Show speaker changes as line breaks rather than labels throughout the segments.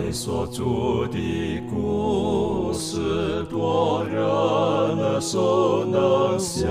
你所著的故事，多人耳熟能详，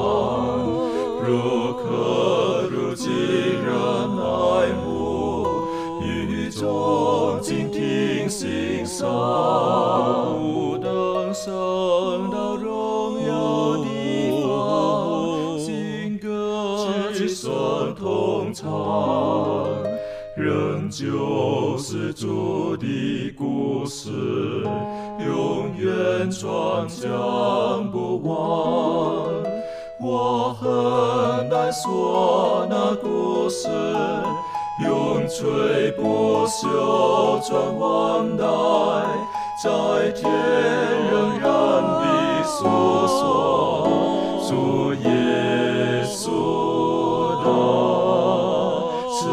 如可如今人爱慕，语中静听欣赏，不等升到荣耀地方，新歌之声同唱，仍旧是主的故事，永远传讲不完。我很难说那故事，永垂不朽传万代，在天仍然地诉说主耶稣的慈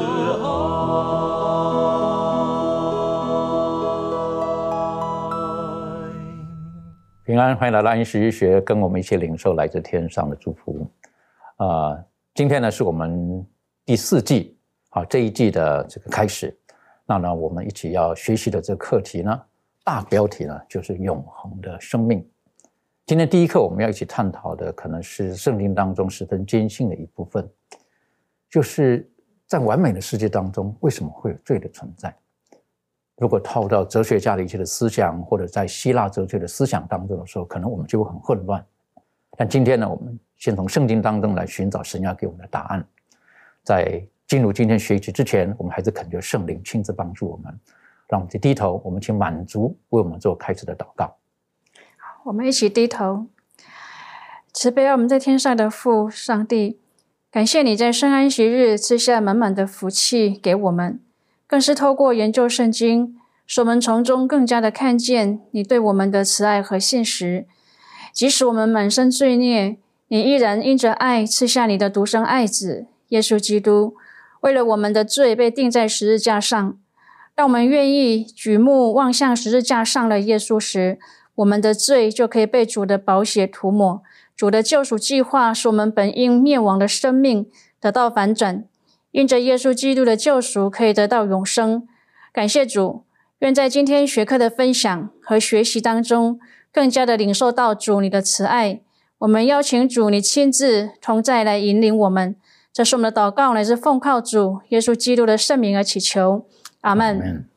爱。
平安，欢迎来到安息日学，跟我们一起领受来自天上的祝福。今天呢是我们第4季，这一季的这个开始。那呢，我们一起要学习的这个课题呢，大标题呢就是永恒的生命。今天第一课我们要一起探讨的，可能是圣经当中十分艰辛的一部分，就是在完美的世界当中，为什么会有罪的存在？如果套到哲学家的一些的思想，或者在希腊哲学的思想当中的时候，可能我们就会很混乱。但今天呢，我们先从圣经当中来寻找神要给我们的答案。在进入今天学习之前，我们还是恳求圣灵亲自帮助我们，让我们低头，我们请满足为我们做开始的祷告。
我们一起低头。慈悲我们在天上的父上帝，感谢你在圣安息日赐下满满的福气给我们，更是透过研究圣经，使我们从中更加的看见你对我们的慈爱和信实。即使我们满身罪孽，你依然因着爱赐下你的独生爱子耶稣基督，为了我们的罪被钉在十字架上。让我们愿意举目望向十字架上的耶稣时，我们的罪就可以被主的宝血涂抹。主的救赎计划使我们本应灭亡的生命得到反转，因着耶稣基督的救赎可以得到永生。感谢主，愿在今天学课的分享和学习当中，更加的领受到主你的慈爱。我们邀请主你亲自同在来引领我们。这是我们的祷告，乃是奉靠主耶稣基督的圣名而祈求，阿们。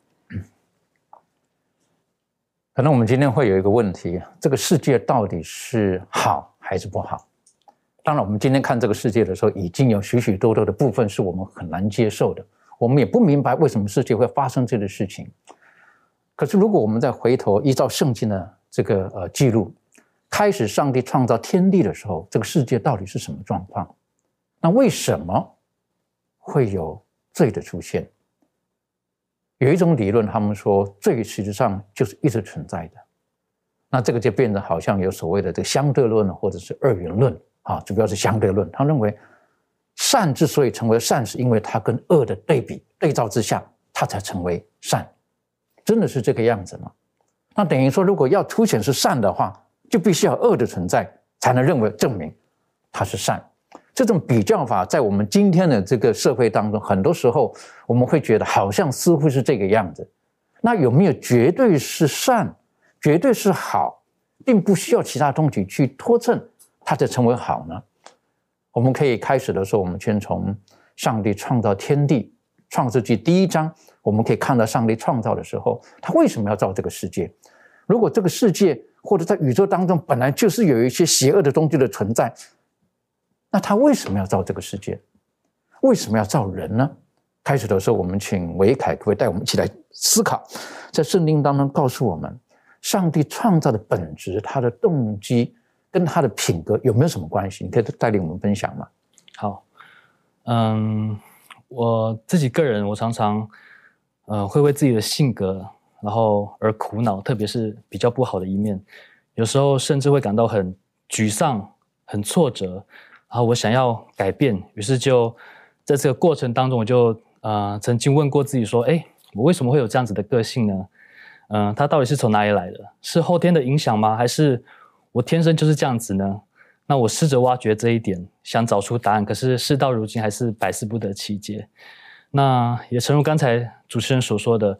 可能我们今天会有一个问题，这个世界到底是好还是不好？当然我们今天看这个世界的时候，已经有许许多多的部分是我们很难接受的，我们也不明白为什么世界会发生这个事情。可是如果我们再回头依照圣经的这个记录，开始上帝创造天地的时候，这个世界到底是什么状况？那为什么会有罪的出现？有一种理论，他们说罪实际上就是一直存在的。那这个就变得好像有所谓的这个相对论或者是二元论主要是相对论。他认为善之所以成为善，是因为它跟恶的对照之下，它才成为善。真的是这个样子吗？那等于说，如果要凸显是善的话，就必须要恶的存在，才能证明它是善。这种比较法在我们今天的这个社会当中，很多时候我们会觉得好像似乎是这个样子。那有没有绝对是善，绝对是好，并不需要其他东西去托衬它才成为好呢？我们可以开始的时候，我们先从上帝创造天地，创世纪第1章，我们可以看到上帝创造的时候，他为什么要造这个世界？如果这个世界或者在宇宙当中本来就是有一些邪恶的东西的存在，那他为什么要造这个世界？为什么要造人呢？开始的时候，我们请维凯可不可以带我们一起来思考，在圣经当中告诉我们，上帝创造的本质，他的动机跟他的品格有没有什么关系？你可以带领我们分享吗？
好，我自己个人，我常常会为自己的性格然后而苦恼，特别是比较不好的一面，有时候甚至会感到很沮丧、很挫折。然后我想要改变，于是就在这个过程当中，我就曾经问过自己说：我为什么会有这样子的个性呢？它到底是从哪里来的？是后天的影响吗？还是我天生就是这样子呢？那我试着挖掘这一点，想找出答案，可是事到如今还是百思不得其解。那也诚如刚才主持人所说的，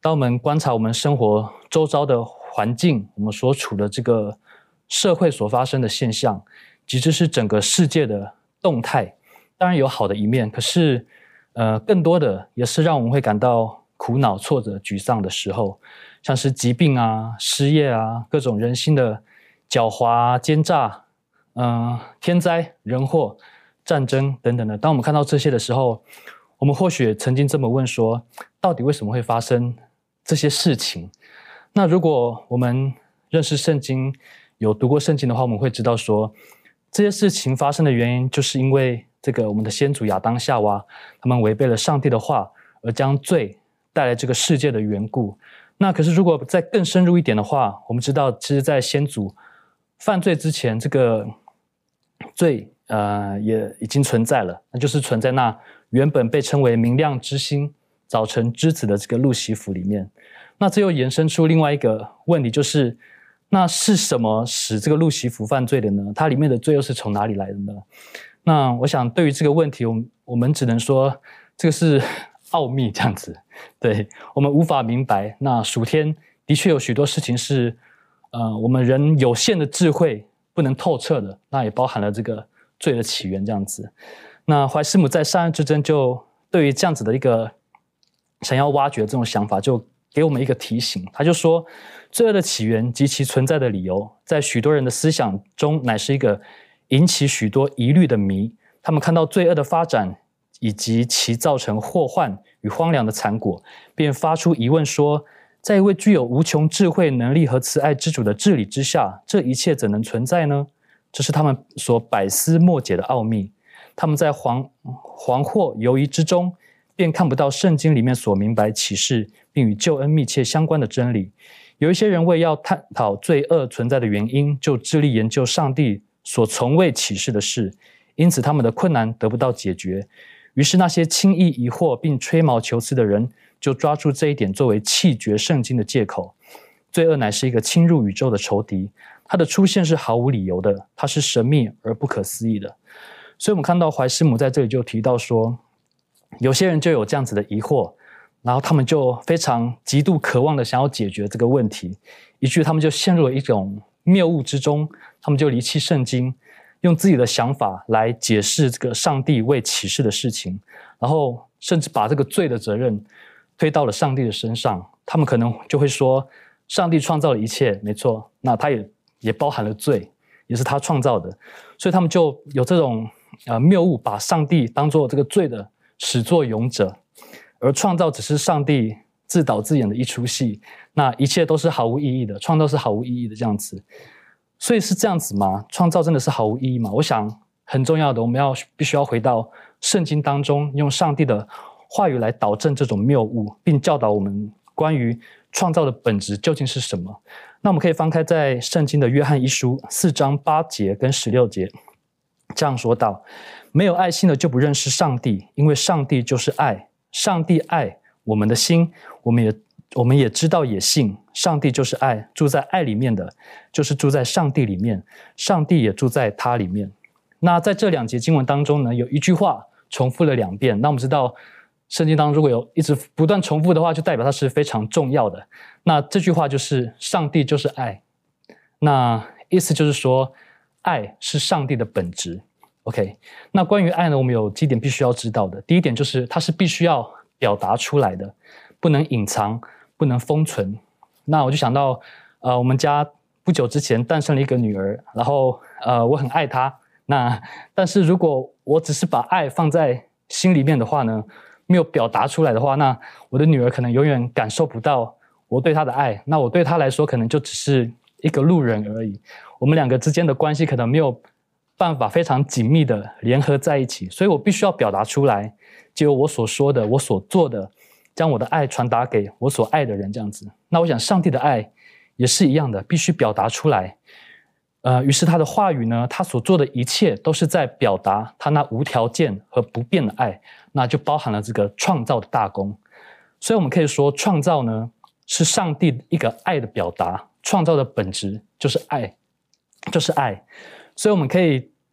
当我们观察我们生活周遭的环境，我们所处的这个社会所发生的现象，其实是整个世界的动态。当然有好的一面，可是更多的也是让我们会感到苦恼、挫折、沮丧的时候，像是疾病啊、失业啊、各种人心的狡猾、奸诈、天灾人祸、战争等等的。当我们看到这些的时候，我们或许曾经这么问说，到底为什么会发生这些事情？那如果我们认识圣经，有读过圣经的话，我们会知道说，这些事情发生的原因，就是因为这个我们的先祖亚当夏娃，他们违背了上帝的话，而将罪带来这个世界的缘故。那可是如果再更深入一点的话，我们知道，其实在先祖犯罪之前，这个罪也已经存在了，那就是存在那原本被称为明亮之星、早晨之子的这个路西弗里面。那这又延伸出另外一个问题，就是那是什么使这个路西弗犯罪的呢？它里面的罪又是从哪里来的呢？那我想对于这个问题，我们只能说这个是奥秘这样子，对，我们无法明白。那属天的确有许多事情是我们人有限的智慧不能透彻的，那也包含了这个罪的起源这样子。那怀斯姆在《善恶之争》就对于这样子的一个想要挖掘这种想法，就给我们一个提醒。他就说，罪恶的起源及其存在的理由，在许多人的思想中乃是一个引起许多疑虑的谜。他们看到罪恶的发展以及其造成祸患与荒凉的惨果，便发出疑问说，在一位具有无穷智慧能力和慈爱之主的治理之下，这一切怎能存在呢？这是他们所百思莫解的奥秘。他们在惶惑犹疑之中，便看不到圣经里面所明白启示并与救恩密切相关的真理。有一些人为要探讨罪恶存在的原因，就致力研究上帝所从未启示的事，因此他们的困难得不到解决。于是那些轻易疑惑并吹毛求疵的人，就抓住这一点作为弃绝圣经的借口。罪恶乃是一个侵入宇宙的仇敌，它的出现是毫无理由的，它是神秘而不可思议的。所以我们看到怀斯姆在这里就提到说，有些人就有这样子的疑惑，然后他们就非常极度渴望的想要解决这个问题，以至于他们就陷入了一种谬误之中，他们就离弃圣经，用自己的想法来解释这个上帝未启示的事情，然后甚至把这个罪的责任推到了上帝的身上。他们可能就会说，上帝创造了一切，没错，那他也包含了罪，也是他创造的。所以他们就有这种谬误，把上帝当作这个罪的始作俑者，而创造只是上帝自导自演的一出戏，那一切都是毫无意义的，创造是毫无意义的这样子。所以是这样子吗？创造真的是毫无意义吗？我想很重要的，我们必须要回到圣经当中，用上帝的话语来导正这种谬误，并教导我们关于创造的本质究竟是什么。那我们可以翻开在圣经的约翰一书4章8节跟16节，这样说道：没有爱心的就不认识上帝，因为上帝就是爱。上帝爱我们的心，我们也知道也信，上帝就是爱，住在爱里面的就是住在上帝里面，上帝也住在他里面。那在这2节经文当中呢，有一句话重复了2遍。那我们知道圣经当中如果有一直不断重复的话，就代表它是非常重要的。那这句话就是上帝就是爱，那意思就是说爱是上帝的本质。OK， 那关于爱呢，我们有几点必须要知道的。第一点就是它是必须要表达出来的，不能隐藏，不能封存。那我就想到我们家不久之前诞生了一个女儿，然后我很爱她。但是如果我只是把爱放在心里面的话呢，没有表达出来的话，那我的女儿可能永远感受不到我对她的爱，那我对她来说可能就只是一个路人而已。我们2个之间的关系可能没有办法非常紧密的联合在一起，所以我必须要表达出来，借由我所说的，我所做的，将我的爱传达给我所爱的人这样子。那我想上帝的爱也是一样的，必须表达出来。于是他的话语呢，他所做的一切都是在表达他那无条件和不变的爱，那就包含了这个创造的大功。所以我们可以说，创造呢是上帝一个爱的表达，创造的本质就是爱，就是爱。所以我们可以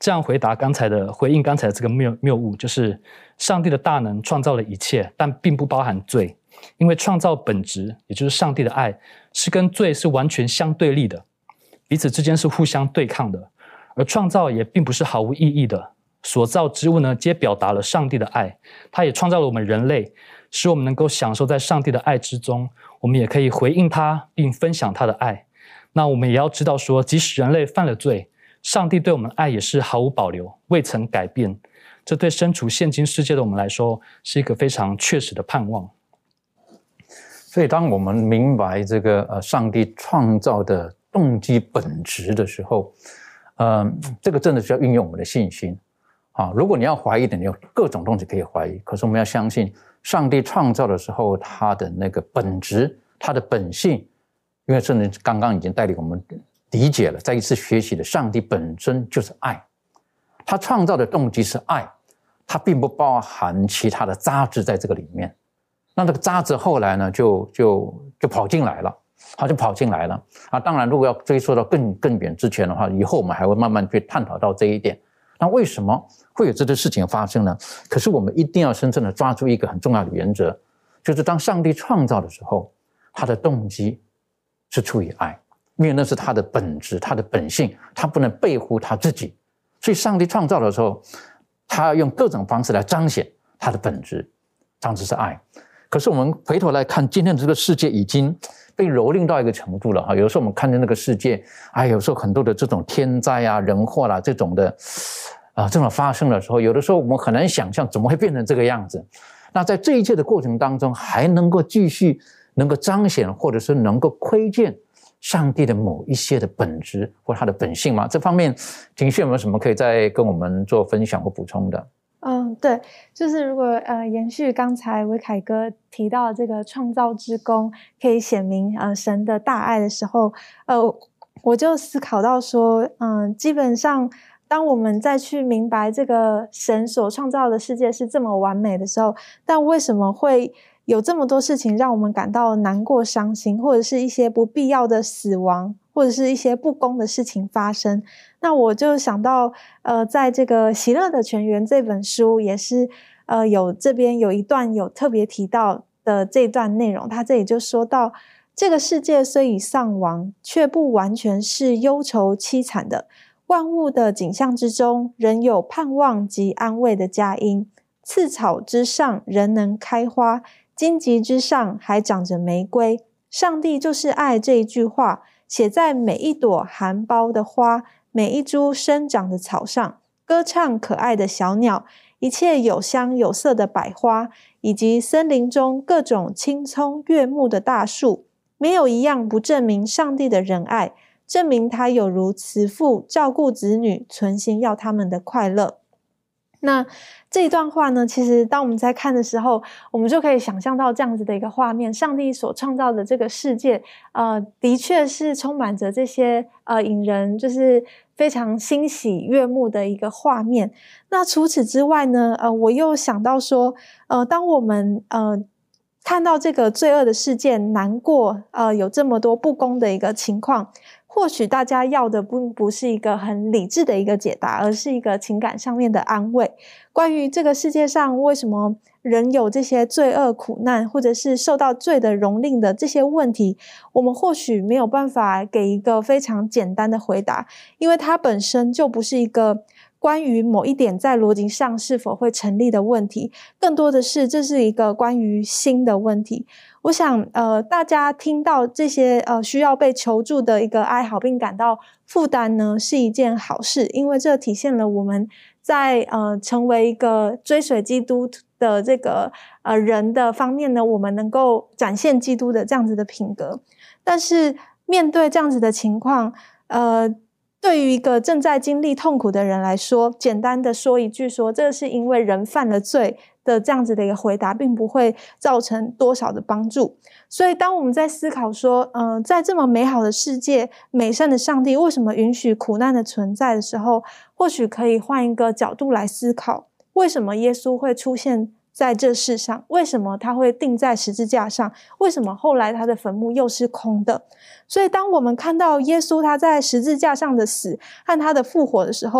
这样回应刚才的这个谬误，就是上帝的大能创造了一切，但并不包含罪，因为创造本质，也就是上帝的爱，是跟罪是完全相对立的，彼此之间是互相对抗的。而创造也并不是毫无意义的，所造之物呢，皆表达了上帝的爱，他也创造了我们人类，使我们能够享受在上帝的爱之中，我们也可以回应他，并分享他的爱。那我们也要知道说，即使人类犯了罪，上帝对我们的爱也是毫无保留，未曾改变。这对身处现今世界的我们来说，是一个非常确实的盼望。
所以当我们明白这个上帝创造的动机本质的时候，这个真的是要运用我们的信心啊！如果你要怀疑的，你有各种东西可以怀疑，可是我们要相信上帝创造的时候，他的那个本质，他的本性，因为圣经刚刚已经带领我们理解了，再一次学习了，上帝本身就是爱，他创造的动机是爱，他并不包含其他的杂质在这个里面。那这个杂质后来呢，就跑进来了。他就跑进来了啊！当然，如果要追溯到更远之前的话，以后我们还会慢慢去探讨到这一点。那为什么会有这些事情发生呢？可是我们一定要深深的抓住一个很重要的原则，就是当上帝创造的时候，他的动机是出于爱，因为那是他的本质，他的本性，他不能背乎他自己。所以上帝创造的时候，他要用各种方式来彰显他的本质，彰显是爱。可是我们回头来看，今天的这个世界已经被蹂躏到一个程度了哈。有时候我们看见那个世界，有时候很多的这种天灾啊、人祸啦这种的这种发生的时候，有的时候我们很难想象怎么会变成这个样子。那在这一切的过程当中，还能够继续能够彰显，或者是能够窥见上帝的某一些的本质或他的本性吗？这方面景旭有没有什么可以再跟我们做分享或补充的？
对，就是如果延续刚才维凯哥提到这个创造之功可以显明神的大爱的时候，我就思考到说，基本上当我们再去明白这个神所创造的世界是这么完美的时候，但为什么会有这么多事情让我们感到难过、伤心，或者是一些不必要的死亡，或者是一些不公的事情发生？那我就想到，在这个《喜乐的泉源》这本书也是，这边有一段有特别提到的这段内容，他这里就说到，这个世界虽已丧亡，却不完全是忧愁凄惨的，万物的景象之中，仍有盼望及安慰的佳音。刺草之上仍能开花，荆棘之上还长着玫瑰。上帝就是爱这一句话，写在每一朵含苞的花，每一株生长的草上，歌唱可爱的小鸟，一切有香有色的百花，以及森林中各种青葱悦目的大树，没有一样不证明上帝的仁爱，证明他有如慈父照顾子女，存心要他们的快乐。那这一段话呢，其实当我们在看的时候，我们就可以想象到这样子的一个画面，上帝所创造的这个世界的确是充满着这些引人就是非常欣喜悦目的一个画面。那除此之外呢，我又想到说当我们看到这个罪恶的事件，难过有这么多不公的一个情况，或许大家要的不是一个很理智的一个解答，而是一个情感上面的安慰。关于这个世界上为什么人有这些罪恶苦难，或者是受到罪的蹂躏的这些问题，我们或许没有办法给一个非常简单的回答，因为它本身就不是一个关于某一点在逻辑上是否会成立的问题，更多的是这是一个关于心的问题。我想大家听到这些需要被求助的一个哀嚎并感到负担呢，是一件好事，因为这体现了我们在成为一个追随基督的这个人的方面呢，我们能够展现基督的这样子的品格。但是面对这样子的情况，对于一个正在经历痛苦的人来说，简单的说一句说这是因为人犯了罪的这样子的一个回答，并不会造成多少的帮助。所以当我们在思考说在这么美好的世界，美善的上帝为什么允许苦难的存在的时候，或许可以换一个角度来思考，为什么耶稣会出现在这世上，为什么他会钉在十字架上，为什么后来他的坟墓又是空的。所以当我们看到耶稣他在十字架上的死和他的复活的时候，我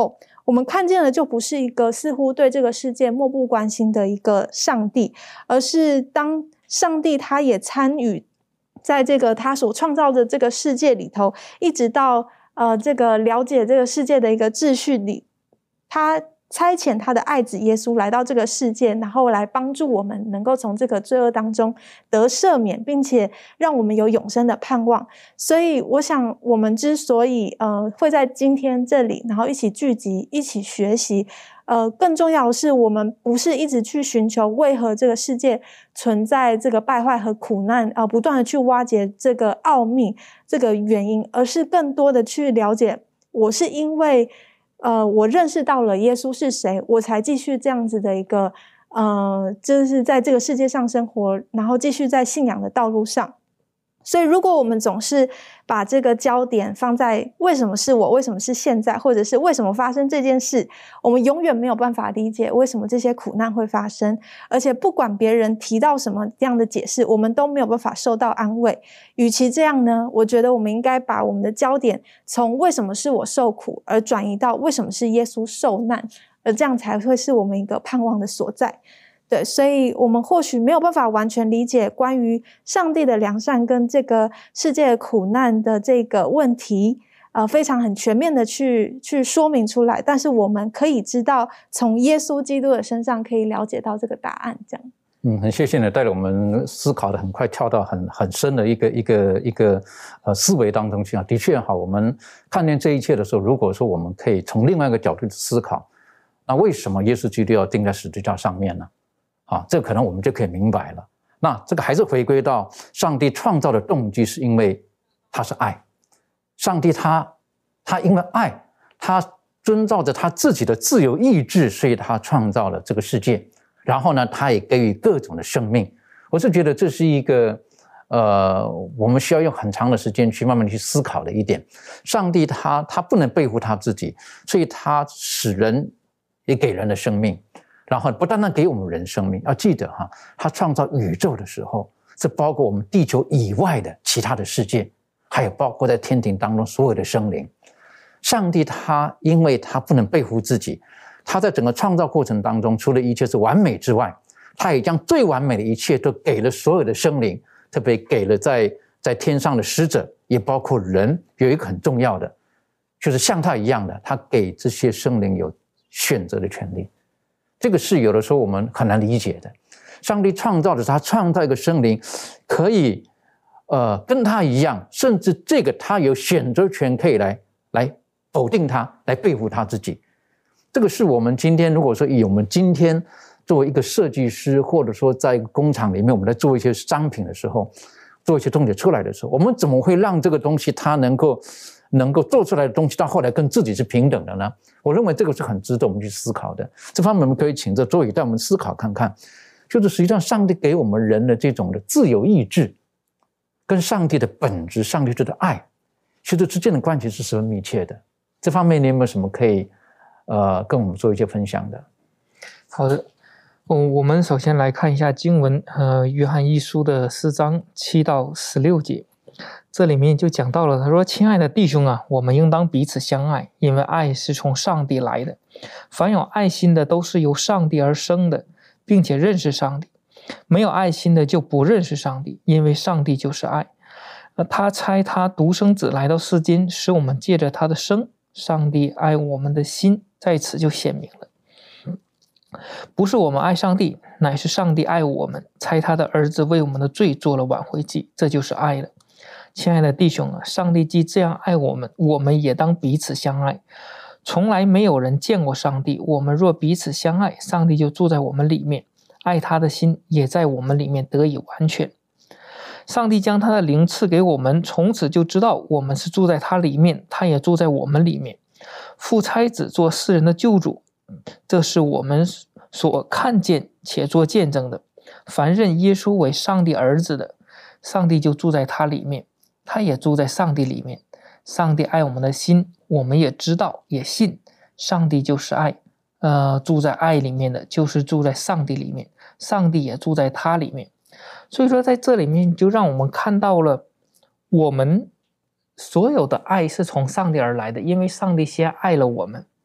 我们看见的就不是一个似乎对这个世界漠不关心的一个上帝，而是当上帝他也参与在这个他所创造的这个世界里头，一直到这个了解这个世界的一个秩序里，他差遣他的爱子耶稣来到这个世界，然后来帮助我们能够从这个罪恶当中得赦免，并且让我们有永生的盼望。所以我想我们之所以会在今天这里，然后一起聚集，一起学习，更重要的是我们不是一直去寻求为何这个世界存在这个败坏和苦难，不断的去挖掘这个奥秘，这个原因，而是更多的去了解，我是因为我认识到了耶稣是谁，我才继续这样子的一个就是在这个世界上生活，然后继续在信仰的道路上。所以如果我们总是把这个焦点放在为什么是我，为什么是现在，或者是为什么发生这件事，我们永远没有办法理解为什么这些苦难会发生，而且不管别人提到什么样的解释，我们都没有办法受到安慰。与其这样呢，我觉得我们应该把我们的焦点从为什么是我受苦，而转移到为什么是耶稣受难，而这样才会是我们一个盼望的所在。对，所以我们或许没有办法完全理解关于上帝的良善跟这个世界的苦难的这个问题，非常很全面的去说明出来，但是我们可以知道从耶稣基督的身上可以了解到这个答案，这样。
很谢谢你带着我们思考的很快跳到很深的一个思维当中去啊。的确哈，我们看见这一切的时候，如果说我们可以从另外一个角度去思考，那为什么耶稣基督要钉在十字架上面呢？这可能我们就可以明白了。那这个还是回归到上帝创造的动机，是因为他是爱。上帝他因为爱，他遵照着他自己的自由意志，所以他创造了这个世界。然后呢，他也给予各种的生命。我是觉得这是一个我们需要用很长的时间去慢慢去思考的一点。上帝他不能背负他自己，所以他使人也给人的生命。然后不单单给我们人生命，要记得哈，他创造宇宙的时候，是包括我们地球以外的其他的世界，还有包括在天庭当中所有的生灵。上帝他因为他不能背负自己，他在整个创造过程当中，除了一切是完美之外，他也将最完美的一切都给了所有的生灵，特别给了在天上的使者，也包括人。有一个很重要的，就是像他一样的，他给这些生灵有选择的权利。这个是有的时候我们很难理解的。上帝创造的是他创造一个生灵，可以跟他一样，甚至这个他有选择权，可以来否定他，来背负他自己。这个是我们今天如果说以我们今天作为一个设计师，或者说在一个工厂里面，我们在做一些商品的时候，做一些东西出来的时候，我们怎么会让这个东西它能够做出来的东西到后来跟自己是平等的呢？我认为这个是很值得我们去思考的。这方面我们可以请这周宇带我们思考看看，就是实际上上帝给我们人的这种的自由意志，跟上帝的本质、上帝的爱，其实之间的关系是十分密切的。这方面你有没有什么可以跟我们做一些分享的？
好的，我们首先来看一下经文，约翰一书的4章7到16节。这里面就讲到了，他说：“亲爱的弟兄啊，我们应当彼此相爱，因为爱是从上帝来的。凡有爱心的，都是由上帝而生的，并且认识上帝。没有爱心的，就不认识上帝，因为上帝就是爱。他差他独生子来到世间，使我们借着他的生，上帝爱我们的心在此就显明了。不是我们爱上帝，乃是上帝爱我们，差他的儿子为我们的罪做了挽回祭，这就是爱了。亲爱的弟兄啊，上帝既这样爱我们，我们也当彼此相爱。从来没有人见过上帝，我们若彼此相爱，上帝就住在我们里面，爱他的心也在我们里面得以完全。上帝将他的灵赐给我们，从此就知道我们是住在他里面，他也住在我们里面。父差子做世人的救主，这是我们所看见且做见证的。凡认耶稣为上帝儿子的，上帝就住在他里面，他也住在上帝里面。上帝爱我们的心，我们也知道也信，上帝就是爱，住在爱里面的就是住在上帝里面，上帝也住在他里面。所以说在这里面就让我们看到了我们所有的爱是从上帝而来的，因为上帝先爱了我们。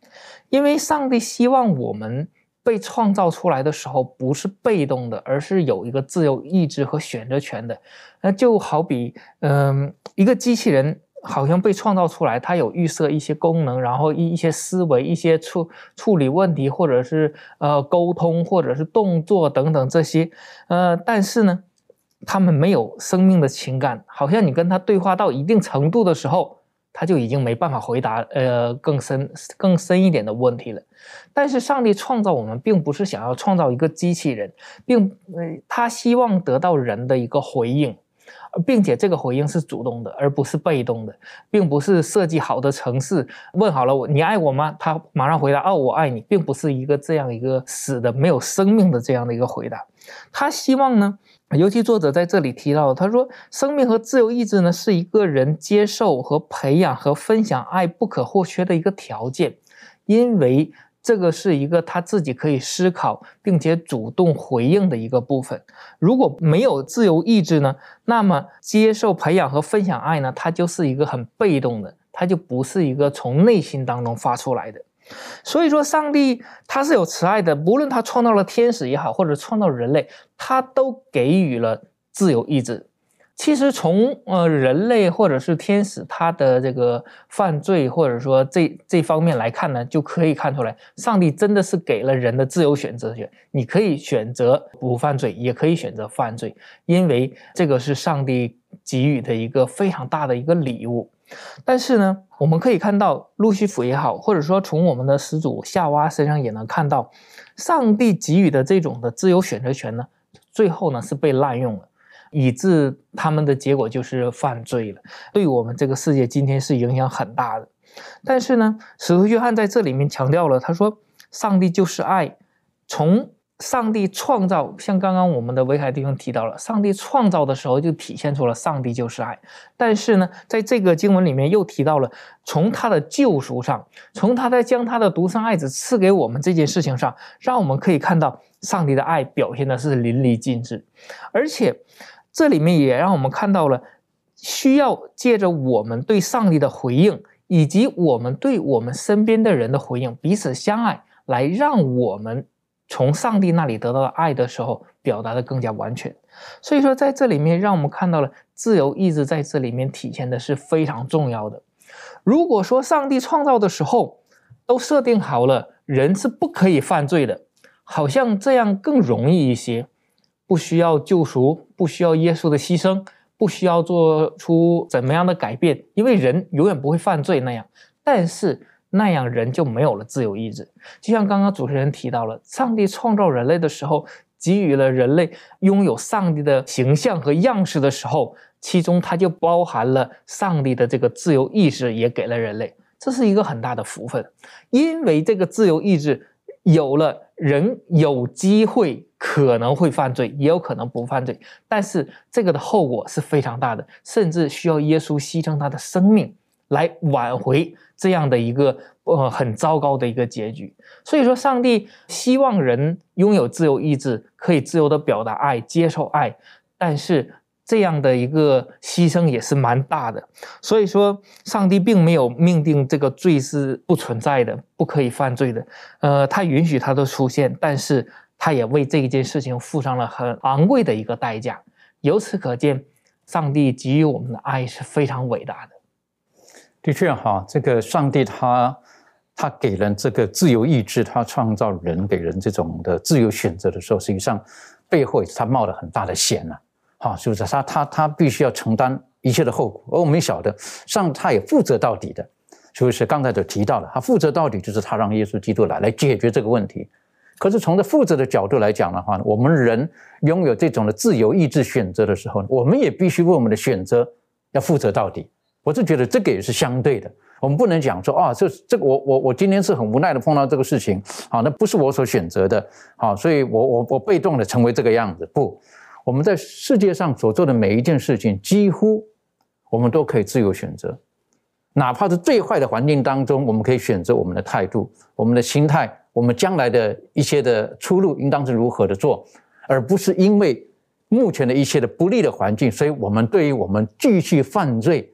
因为上帝希望我们被创造出来的时候不是被动的，而是有一个自由意志和选择权的。那就好比一个机器人好像被创造出来，它有预设一些功能，然后一些思维，一些处理问题，或者是沟通，或者是动作等等这些，但是呢，他们没有生命的情感，好像你跟他对话到一定程度的时候，他就已经没办法回答更深一点的问题了。但是上帝创造我们，并不是想要创造一个机器人，他希望得到人的一个回应，并且这个回应是主动的，而不是被动的，并不是设计好的程式，问好了你爱我吗？他马上回答我爱你，并不是这样一个死的没有生命的这样的一个回答。他希望呢，尤其作者在这里提到，他说生命和自由意志呢，是一个人接受和培养和分享爱不可或缺的一个条件，因为这个是一个他自己可以思考并且主动回应的一个部分。如果没有自由意志呢，那么接受培养和分享爱呢，它就是一个很被动的，它就不是一个从内心当中发出来的。所以说上帝他是有慈爱的，不论他创造了天使也好，或者创造人类，他都给予了自由意志。其实从人类或者是天使他的这个犯罪或者说这方面来看呢，就可以看出来上帝真的是给了人的自由选择权，你可以选择不犯罪，也可以选择犯罪，因为这个是上帝给予的一个非常大的一个礼物。但是呢，我们可以看到路西弗也好，或者说从我们的始祖夏娃身上也能看到，上帝给予的这种的自由选择权呢，最后呢是被滥用了，以致他们的结果就是犯罪了，对我们这个世界今天是影响很大的。但是呢，使徒约翰在这里面强调了，他说上帝就是爱，从上帝创造，像刚刚我们的维凯弟兄提到了，上帝创造的时候就体现出了上帝就是爱。但是呢，在这个经文里面又提到了，从他的救赎上，从他在将他的独生爱子赐给我们这件事情上，让我们可以看到上帝的爱表现的是淋漓尽致。而且这里面也让我们看到了，需要借着我们对上帝的回应，以及我们对我们身边的人的回应，彼此相爱，来让我们从上帝那里得到的爱的时候表达的更加完全。所以说在这里面让我们看到了自由意志在这里面体现的是非常重要的。如果说上帝创造的时候都设定好了人是不可以犯罪的，好像这样更容易一些，不需要救赎，不需要耶稣的牺牲，不需要做出怎么样的改变，因为人永远不会犯罪那样。但是那样人就没有了自由意志。就像刚刚主持人提到了，上帝创造人类的时候，给予了人类拥有上帝的形象和样式的时候，其中它就包含了上帝的这个自由意志也给了人类，这是一个很大的福分。因为这个自由意志有了，人有机会可能会犯罪，也有可能不犯罪，但是这个的后果是非常大的，甚至需要耶稣牺牲他的生命来挽回这样的一个很糟糕的一个结局。所以说上帝希望人拥有自由意志，可以自由的表达爱，接受爱，但是这样的一个牺牲也是蛮大的。所以说上帝并没有命定这个罪是不存在的，不可以犯罪的，他允许它的出现，但是他也为这一件事情付上了很昂贵的一个代价。由此可见，上帝给予我们的爱是非常伟大的。
的确哈，这个上帝他给人这个自由意志，他创造人，给人这种的自由选择的时候，实际上背后他冒了很大的险啊，哈，是不是？他必须要承担一切的后果，而我们晓得，上帝他也负责到底的，是不是？刚才就提到了，他负责到底，就是他让耶稣基督来解决这个问题。可是从这负责的角度来讲的话，我们人拥有这种的自由意志选择的时候，我们也必须为我们的选择要负责到底。我是觉得这个也是相对的，我们不能讲说这个我今天是很无奈的碰到这个事情，好，那不是我所选择的，好，所以我被动的成为这个样子。不，我们在世界上所做的每一件事情，几乎我们都可以自由选择，哪怕是最坏的环境当中，我们可以选择我们的态度、我们的心态，我们将来的一些的出路应当是如何的做，而不是因为目前的一些的不利的环境，所以我们对于我们继续犯罪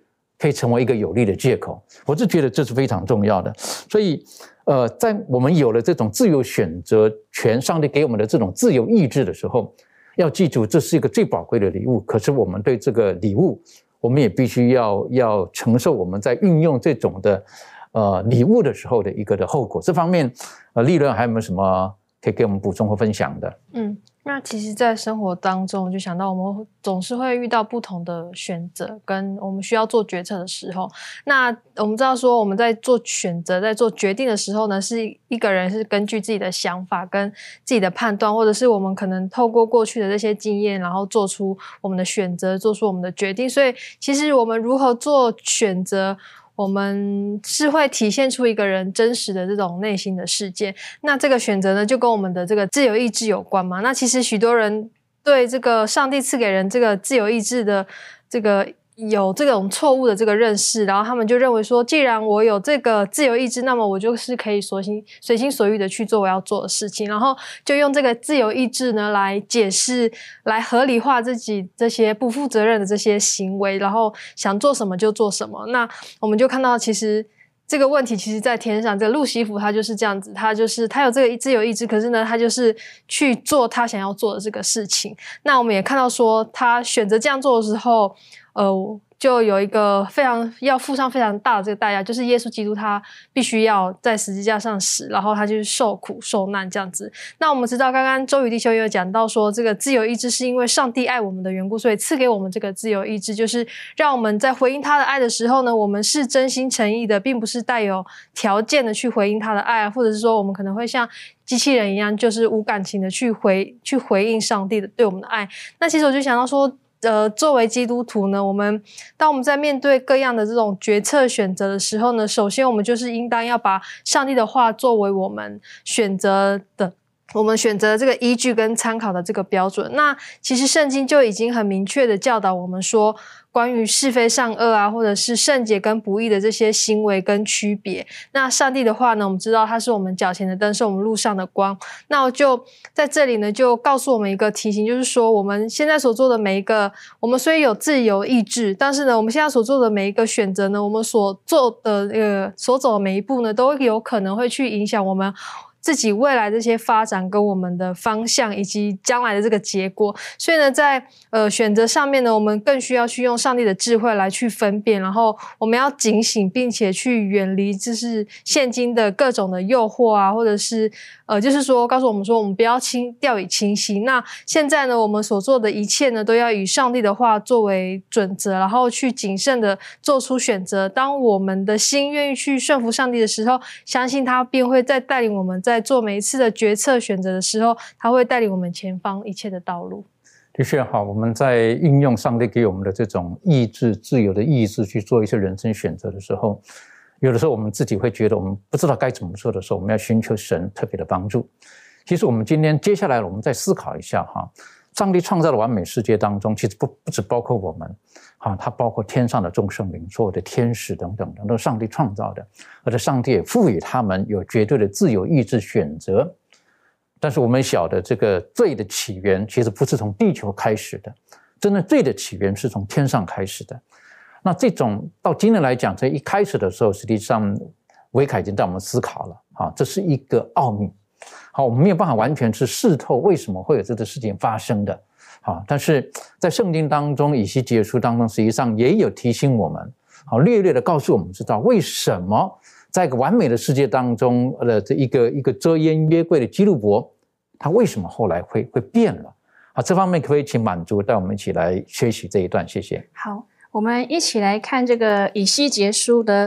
可以成为一个有利的借口。我是觉得这是非常重要的。所以在我们有了这种自由选择权，上帝给我们的这种自由意志的时候，要记住这是一个最宝贵的礼物。可是我们对这个礼物，我们也必须要承受我们在运用这种的礼物的时候的一个的后果。这方面立伦还有没有什么可以给我们补充或分享的？
那其实在生活当中，就想到我们总是会遇到不同的选择，跟我们需要做决策的时候。那我们知道说，我们在做选择、在做决定的时候呢，是一个人是根据自己的想法跟自己的判断，或者是我们可能透过过去的这些经验，然后做出我们的选择，做出我们的决定。所以其实我们如何做选择，我们是会体现出一个人真实的这种内心的世界。那这个选择呢，就跟我们的这个自由意志有关嘛。那其实许多人对这个上帝赐给人这个自由意志的这个有这种错误的这个认识，然后他们就认为说，既然我有这个自由意志，那么我就是可以随心所欲的去做我要做的事情，然后就用这个自由意志呢来解释，来合理化自己这些不负责任的这些行为，然后想做什么就做什么。那我们就看到其实这个问题其实在天上，这个路西弗他就是这样子，他有这个自由意志，可是呢他就是去做他想要做的这个事情。那我们也看到说，他选择这样做的时候就有一个要付上非常大的这个代价，就是耶稣基督他必须要在十字架上死，然后他就是受苦受难这样子。那我们知道刚刚周宇弟兄也有讲到说，这个自由意志是因为上帝爱我们的缘故，所以赐给我们这个自由意志，就是让我们在回应他的爱的时候呢，我们是真心诚意的，并不是带有条件的去回应他的爱，或者是说我们可能会像机器人一样，就是无感情的去回应上帝的对我们的爱。那其实我就想到说，作为基督徒呢，当我们在面对各样的这种决策选择的时候呢，首先我们就是应当要把上帝的话作为我们选择这个依据跟参考的这个标准。那其实圣经就已经很明确的教导我们说，关于是非善恶啊，或者是圣洁跟不义的这些行为跟区别。那上帝的话呢，我们知道它是我们脚前的灯，是我们路上的光。那我就在这里呢，就告诉我们一个提醒，就是说我们现在所做的每一个，我们虽有自由意志，但是呢，我们现在所做的每一个选择呢，我们所走的每一步呢，都有可能会去影响我们自己未来这些发展跟我们的方向以及将来的这个结果。所以呢，在选择上面呢，我们更需要去用上帝的智慧来去分辨，然后我们要警醒，并且去远离就是现今的各种的诱惑啊，或者是就是说告诉我们说，我们不要掉以轻心。那现在呢，我们所做的一切呢，都要以上帝的话作为准则，然后去谨慎的做出选择。当我们的心愿意去顺服上帝的时候，相信他便会再带领我们在做每一次的决策选择的时候，他会带领我们前方一切的道路。
的确好，我们在运用上帝给我们的这种意志，自由的意志去做一些人生选择的时候，有的时候我们自己会觉得我们不知道该怎么做的时候，我们要寻求神特别的帮助。其实我们今天接下来我们再思考一下上帝创造的完美世界当中，其实不只包括我们它包括天上的众圣灵，所有的天使等等都是上帝创造的，而且上帝也赋予他们有绝对的自由意志选择。但是我们晓得这个罪的起源其实不是从地球开始的，真的罪的起源是从天上开始的。那这种到今天来讲，在一开始的时候，实际上维凯已经带我们思考了这是一个奥秘。我们没有办法完全去试透为什么会有这个事情发生的但是在圣经当中，以西结书当中，实际上也有提醒我们略略的告诉我们知道为什么在一个完美的世界当中的这一个遮烟约柜的基路伯，他为什么后来会变了这方面可不可以请满足带我们一起来学习这一段？谢谢。
好，我们一起来看这个以西结书的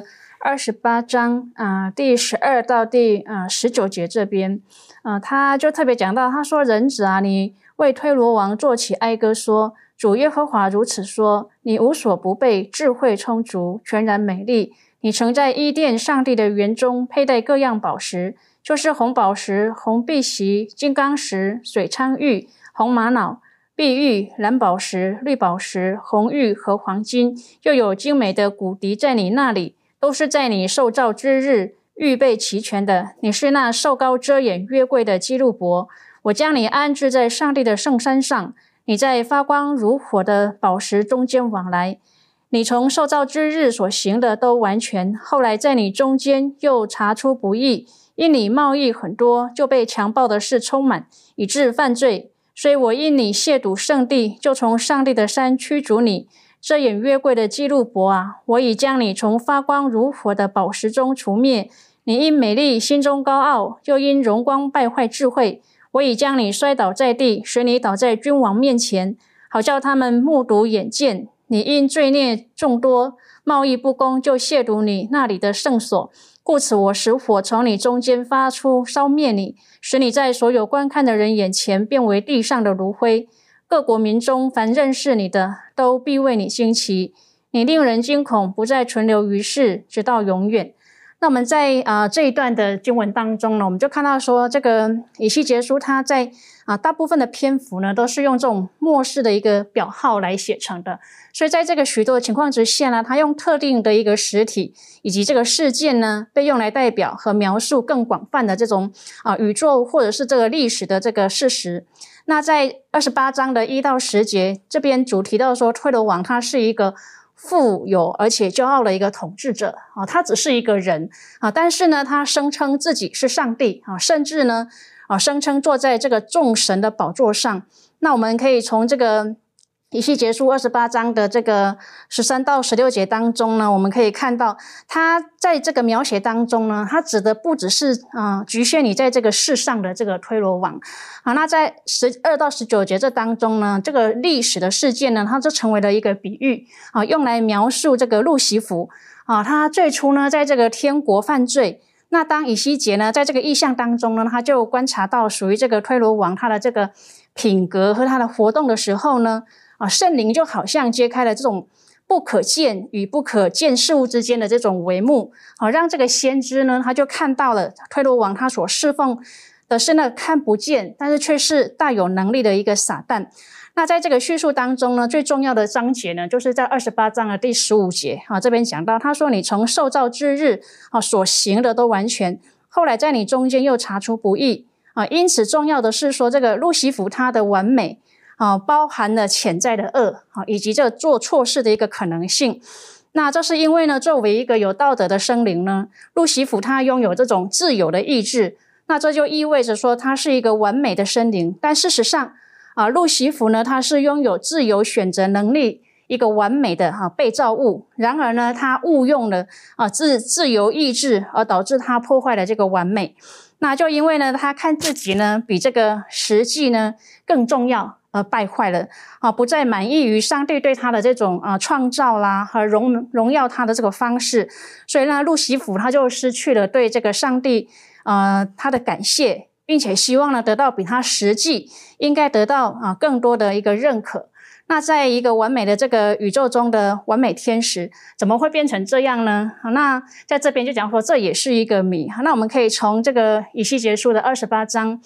28章第12到第19节这边他就特别讲到，他说，人子你为推罗王作起哀歌说，主耶和华如此说，你无所不备，智慧充足，全然美丽，你曾在伊甸上帝的园中佩戴各样宝石，就是红宝石、红碧玺、金刚石、水苍玉、红玛瑙、碧玉、蓝宝石、绿宝石、红玉和黄金，又有精美的骨笛在你那里，都是在你受造之日预备齐全的。你是那受膏遮掩约柜的基路伯，我将你安置在上帝的圣山上，你在发光如火的宝石中间往来。 你从受造之日所行的都完全，后来在你中间又查出不义，因你贸易很多，就被强暴的事充满，以致犯罪。所以我因你亵渎圣地，就从上帝的山驱逐你。遮掩约柜的基路伯啊，我已将你从发光如火的宝石中除灭。你因美丽心中高傲，又因荣光败坏智慧。我已将你摔倒在地，使你倒在君王面前，好叫他们目睹眼见。你因罪孽众多，贸易不公，就亵渎你那里的圣所。故此我使火从你中间发出，烧灭你，使你在所有观看的人眼前变为地上的炉灰。各国民中凡认识你的，都必为你惊奇。你令人惊恐，不再存留于世，直到永远。那我们在这一段的经文当中呢，我们就看到说，这个以西结书它在大部分的篇幅呢，都是用这种末世的一个表号来写成的。所以在这个许多的情况之下呢，它用特定的一个实体以及这个事件呢，被用来代表和描述更广泛的这种宇宙或者是这个历史的这个事实。那在28章的1到10节，这边主提到说，推罗王他是一个富有而且骄傲的一个统治者他只是一个人但是呢，他声称自己是上帝甚至呢声称坐在这个众神的宝座上。那我们可以从这个以西结书28章的这个13到16节当中呢，我们可以看到他在这个描写当中呢，他指的不只是局限你在这个世上的这个推罗王那在12到19节这当中呢，这个历史的事件呢，它就成为了一个比喻用来描述这个路西弗他最初呢在这个天国犯罪。那当以西结呢在这个意象当中呢，他就观察到属于这个推罗王他的这个品格和他的活动的时候呢圣灵就好像揭开了这种不可见与不可见事物之间的这种帷幕让这个先知呢，他就看到了推罗王他所侍奉的是那看不见但是却是大有能力的一个撒旦。那在这个叙述当中呢，最重要的章节呢，就是在28章的第15节这边讲到，他说你从受造之日所行的都完全，后来在你中间又查出不义因此重要的是说，这个路西弗他的完美包含了潜在的恶以及这做错事的一个可能性。那这是因为呢，作为一个有道德的生灵呢，路西弗他拥有这种自由的意志，那这就意味着说他是一个完美的生灵。但事实上路西弗呢，他是拥有自由选择能力一个完美的被造物，然而呢，他误用了自由意志，而导致他破坏了这个完美。那就因为呢，他看自己呢比这个实际呢更重要，而败坏了不再满意于上帝对他的这种创造啦和荣耀他的这个方式，所以呢，路西弗他就失去了对这个上帝他的感谢，并且希望呢得到比他实际应该得到更多的一个认可。那在一个完美的这个宇宙中的完美天使怎么会变成这样呢？那在这边就讲说这也是一个谜。那我们可以从这个以西结书的28章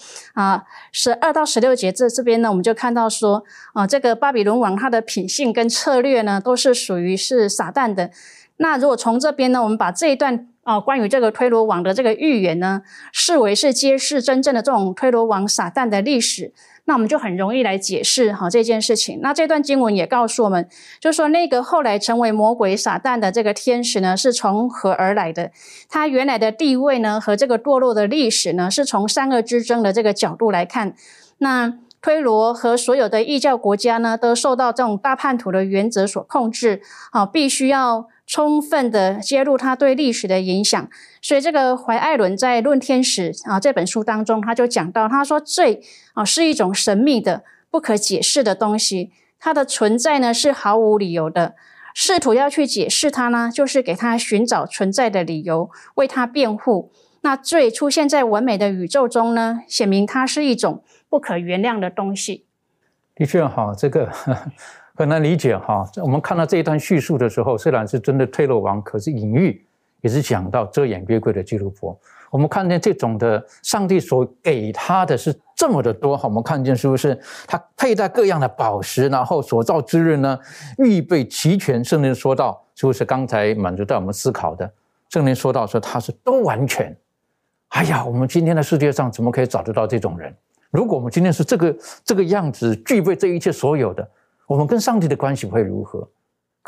12到16节这边呢，我们就看到说这个巴比伦王他的品性跟策略呢都是属于是撒旦的。那如果从这边呢，我们把这一段关于这个推罗王的这个预言呢，视为是揭示真正的这种推罗王撒旦的历史，那我们就很容易来解释这件事情。那这段经文也告诉我们，就是说那个后来成为魔鬼撒旦的这个天使呢，是从何而来的？他原来的地位呢，和这个堕落的历史呢，是从善恶之争的这个角度来看。那推罗和所有的异教国家呢，都受到这种大叛徒的原则所控制必须要充分的揭露他对历史的影响。所以这个怀艾伦在论天使这本书当中，他就讲到，他说罪是一种神秘的不可解释的东西，它的存在呢是毫无理由的，试图要去解释它呢，就是给他寻找存在的理由，为他辩护。那罪出现在完美的宇宙中呢，显明它是一种不可原谅的东西。
的确这个很难理解我们看到这一段叙述的时候，虽然是真的推罗王，可是隐喻也是讲到遮掩约柜的基路伯。我们看见这种的上帝所给他的是这么的多我们看见是不是他佩戴各样的宝石，然后所造之日呢预备齐全。圣灵说到，是不是刚才满足带我们思考的，圣灵说到说他是都完全。哎呀，我们今天的世界上怎么可以找得到这种人？如果我们今天是这个样子，具备这一切所有的，我们跟上帝的关系会如何？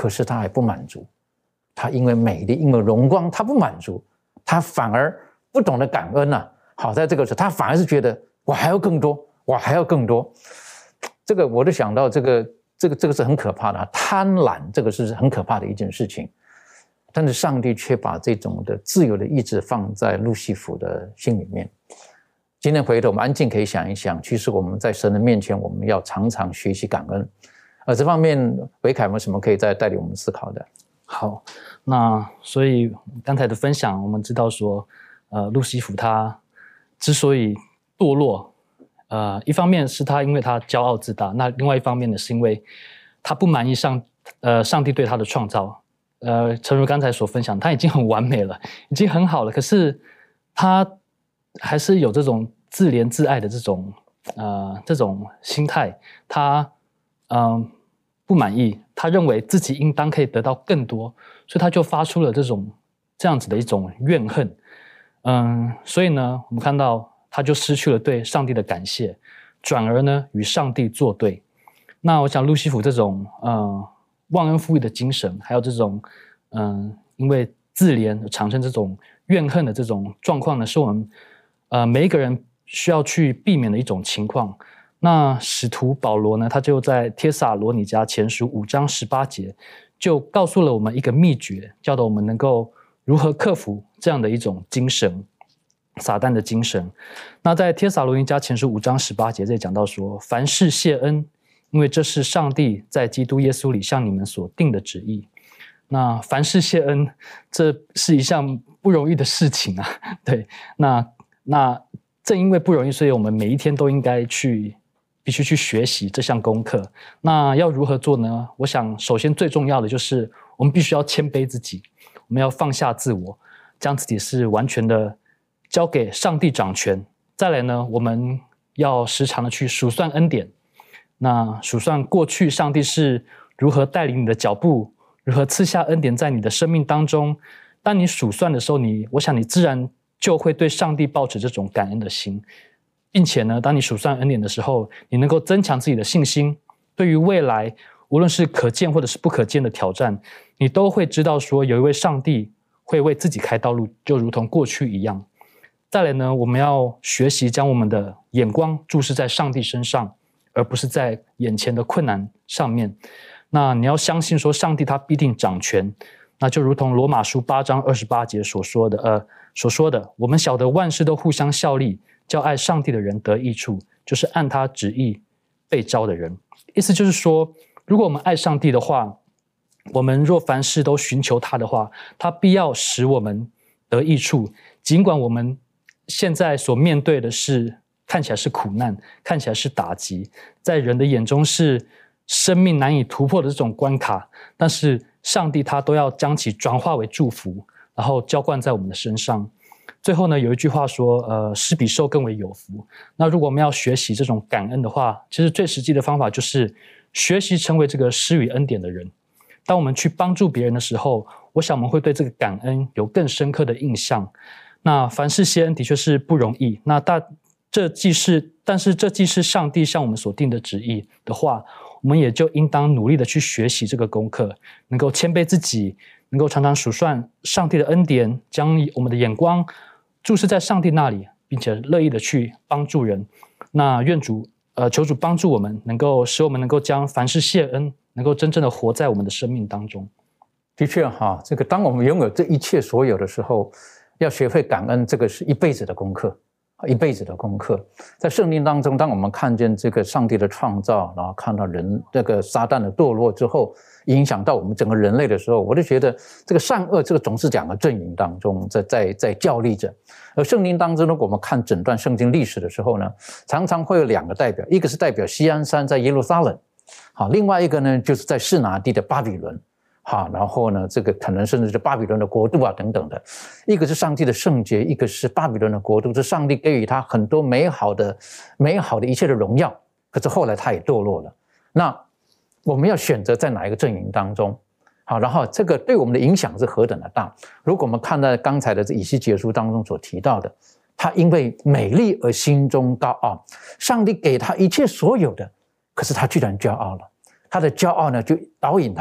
可是他还不满足，他因为美丽，因为荣光，他不满足，他反而不懂得感恩啊。好在这个时候，他反而是觉得我还要更多，我还要更多。这个我就想到这个是很可怕的，贪婪这个是很可怕的一件事情。但是上帝却把这种的自由的意志放在路西弗的心里面。今天回头我们安静可以想一想，其实我们在神的面前，我们要常常学习感恩。这方面维凯有没有什么可以再带领我们思考的？
好，那所以刚才的分享，我们知道说，路西弗他之所以堕落，一方面是他因为他骄傲自大，那另外一方面呢，是因为他不满意上帝对他的创造。诚如刚才所分享，他已经很完美了，已经很好了，可是他还是有这种自怜自爱的这种心态，他不满意，他认为自己应当可以得到更多，所以他就发出了这样子的一种怨恨。所以呢，我们看到他就失去了对上帝的感谢，转而呢与上帝作对。那我想路西弗这种忘恩负义的精神，还有这种因为自怜产生这种怨恨的这种状况呢，是我们每一个人需要去避免的一种情况。那使徒保罗呢，他就在帖撒罗尼迦前书5章18节就告诉了我们一个秘诀，教导我们能够如何克服这样的一种精神，撒旦的精神。那在帖撒罗尼迦前书5章18节这里讲到说，凡事谢恩，因为这是上帝在基督耶稣里向你们所定的旨意。那凡事谢恩，这是一项不容易的事情啊。对，那正因为不容易，所以我们每一天都应该必须去学习这项功课。那要如何做呢？我想首先最重要的就是我们必须要谦卑自己，我们要放下自我，将自己是完全的交给上帝掌权。再来呢，我们要时常的去数算恩典，那数算过去上帝是如何带领你的脚步，如何赐下恩典在你的生命当中。当你数算的时候，我想你自然就会对上帝抱持这种感恩的心，并且呢，当你数算恩典的时候，你能够增强自己的信心，对于未来无论是可见或者是不可见的挑战，你都会知道说有一位上帝会为自己开道路，就如同过去一样。再来呢，我们要学习将我们的眼光注视在上帝身上，而不是在眼前的困难上面。那你要相信说上帝他必定掌权，那就如同罗马书8章28节所说的，我们晓得万事都互相效力，叫爱上帝的人得益处，就是按他旨意被召的人。意思就是说，如果我们爱上帝的话，我们若凡事都寻求他的话，他必要使我们得益处。尽管我们现在所面对的是看起来是苦难，看起来是打击，在人的眼中是生命难以突破的这种关卡，但是上帝他都要将其转化为祝福，然后浇灌在我们的身上。最后呢，有一句话说施比受更为有福。那如果我们要学习这种感恩的话，其实最实际的方法就是学习成为这个施予恩典的人。当我们去帮助别人的时候，我想我们会对这个感恩有更深刻的印象。那凡事谢恩的确是不容易，但是这既是上帝向我们所定的旨意的话，我们也就应当努力的去学习这个功课，能够谦卑自己，能够常常数算上帝的恩典，将我们的眼光注视在上帝那里，并且乐意的去帮助人。那求主帮助我们，能够使我们能够将凡事谢恩，能够真正的活在我们的生命当中。
的确哈，这个当我们拥有这一切所有的时候，要学会感恩，这个是一辈子的功课，一辈子的功课。在圣经当中，当我们看见这个上帝的创造，然后看到人这个撒旦的堕落之后，影响到我们整个人类的时候，我就觉得这个善恶这个总是两个阵营当中在较力着。而圣经当中呢，我们看整段圣经历史的时候呢，常常会有两个代表，一个是代表锡安山在耶路撒冷，好，另外一个呢就是在示拿地的巴比伦。好，然后呢，这个可能甚至是巴比伦的国度啊等等的，一个是上帝的圣洁，一个是巴比伦的国度，是上帝给予他很多美好的一切的荣耀，可是后来他也堕落了。那我们要选择在哪一个阵营当中？好，然后这个对我们的影响是何等的大。如果我们看到刚才的以西结书当中所提到的，他因为美丽而心中高傲，上帝给他一切所有的，可是他居然骄傲了，他的骄傲呢就导引他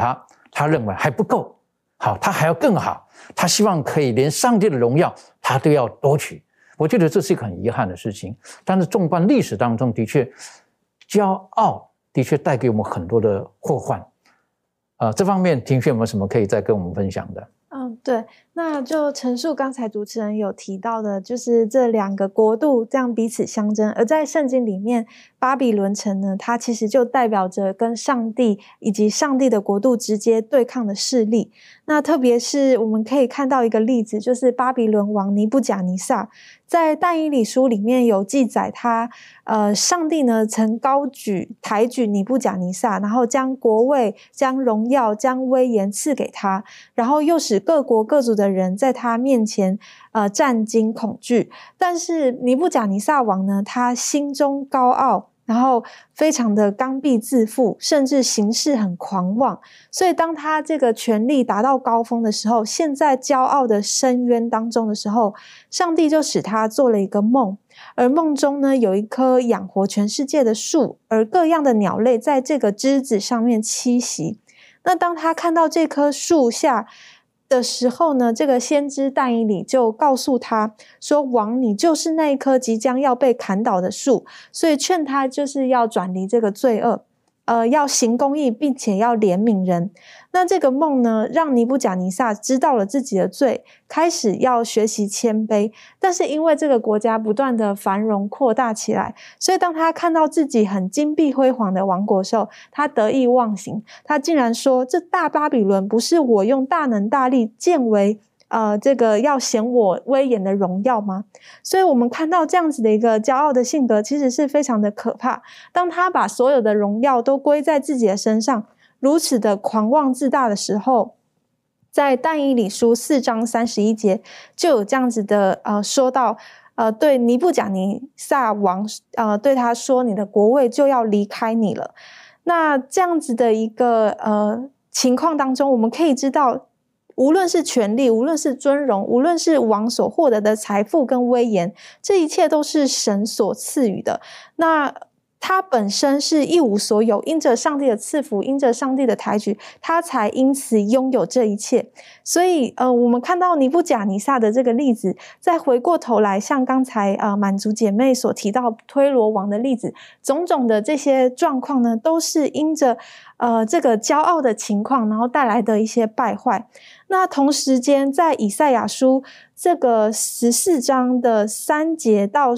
他认为还不够好，他还要更好，他希望可以连上帝的荣耀他都要夺取。我觉得这是一个很遗憾的事情，但是纵观历史当中，的确骄傲的确带给我们很多的祸患。这方面庭轩有没有什么可以再跟我们分享的？
对，那就陈述刚才主持人有提到的，就是这两个国度这样彼此相争，而在圣经里面，巴比伦城呢，它其实就代表着跟上帝以及上帝的国度直接对抗的势力。那特别是我们可以看到一个例子，就是巴比伦王尼布甲尼撒，在但以理书里面有记载上帝呢曾抬举尼布甲尼撒，然后将国位、将荣耀、将威严赐给他，然后又使各国各族的人在他面前战惊恐惧。但是尼布甲尼撒王呢，他心中高傲，然后非常的刚愎自负，甚至行事很狂妄。所以当他这个权力达到高峰的时候，陷在骄傲的深渊当中的时候，上帝就使他做了一个梦，而梦中呢，有一棵养活全世界的树，而各样的鸟类在这个枝子上面栖息。那当他看到这棵树下的时候呢，这个先知但以理就告诉他说，王，你就是那一棵即将要被砍倒的树，所以劝他就是要转离这个罪恶，要行公义，并且要怜悯人。那这个梦呢，让尼布甲尼撒知道了自己的罪，开始要学习谦卑。但是因为这个国家不断的繁荣扩大起来，所以当他看到自己很金碧辉煌的王国的时候，他得意忘形，他竟然说，这大巴比伦不是我用大能大力建为这个要显我威严的荣耀吗？所以我们看到这样子的一个骄傲的性格，其实是非常的可怕。当他把所有的荣耀都归在自己的身上，如此的狂妄自大的时候，在但以理书4章31节就有这样子的说到，对尼布甲尼撒王对他说，你的国位就要离开你了。那这样子的一个情况当中，我们可以知道，无论是权力，无论是尊荣，无论是王所获得的财富跟威严，这一切都是神所赐予的。那他本身是一无所有，因着上帝的赐福，因着上帝的抬举，他才因此拥有这一切。所以我们看到尼布甲尼撒的这个例子，再回过头来，像刚才满族姐妹所提到推罗王的例子，种种的这些状况呢，都是因着这个骄傲的情况，然后带来的一些败坏。那同时间，在以赛亚书这个14章的3节到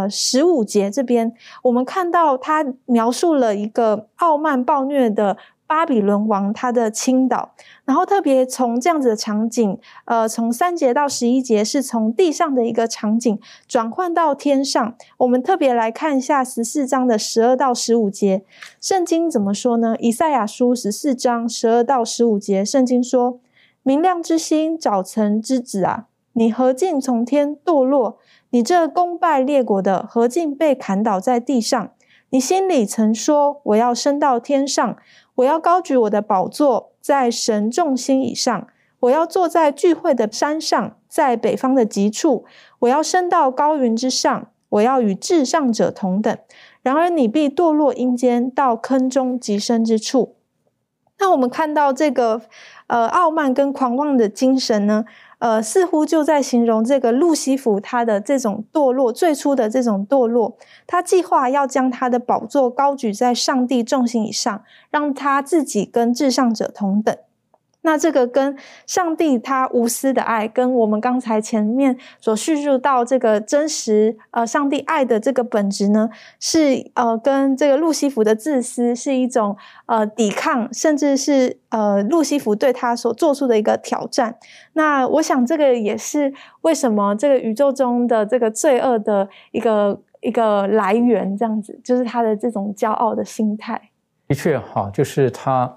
15节这边，我们看到他描述了一个傲慢暴虐的巴比伦王他的倾倒，然后特别从这样子的场景，从3节到11节是从地上的一个场景转换到天上。我们特别来看一下14章的12到15节，圣经怎么说呢？以赛亚书14章12到15节，圣经说，明亮之星，早晨之子啊，你何竟从天堕落？你这攻败列国的，何竟被砍倒在地上？你心里曾说，我要升到天上，我要高举我的宝座在神众星以上，我要坐在聚会的山上，在北方的极处，我要升到高云之上，我要与至上者同等。然而你必堕落阴间，到坑中极深之处。那我们看到这个傲慢跟狂妄的精神呢，似乎就在形容这个路西弗他的这种堕落，最初的这种堕落。他计划要将他的宝座高举在上帝众星以上，让他自己跟至上者同等。那这个跟上帝他无私的爱，跟我们刚才前面所叙述到这个真实上帝爱的这个本质呢，是跟这个路西弗的自私是一种抵抗，甚至是路西弗对他所做出的一个挑战。那我想这个也是为什么这个宇宙中的这个罪恶的一个来源，这样子就是他的这种骄傲的心态。
的确就是他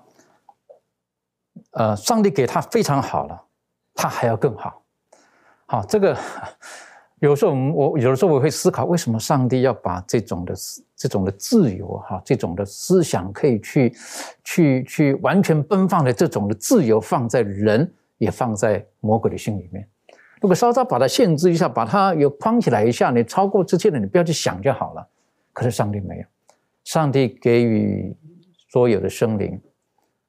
上帝给他非常好了，他还要更好。这个有时候我会思考，为什么上帝要把这种的自由这种的思想可以去完全奔放的这种的自由放在人，也放在魔鬼的心里面。如果稍稍把它限制一下，把它有框起来一下，你超过这些的你不要去想就好了。可是上帝没有，上帝给予所有的生灵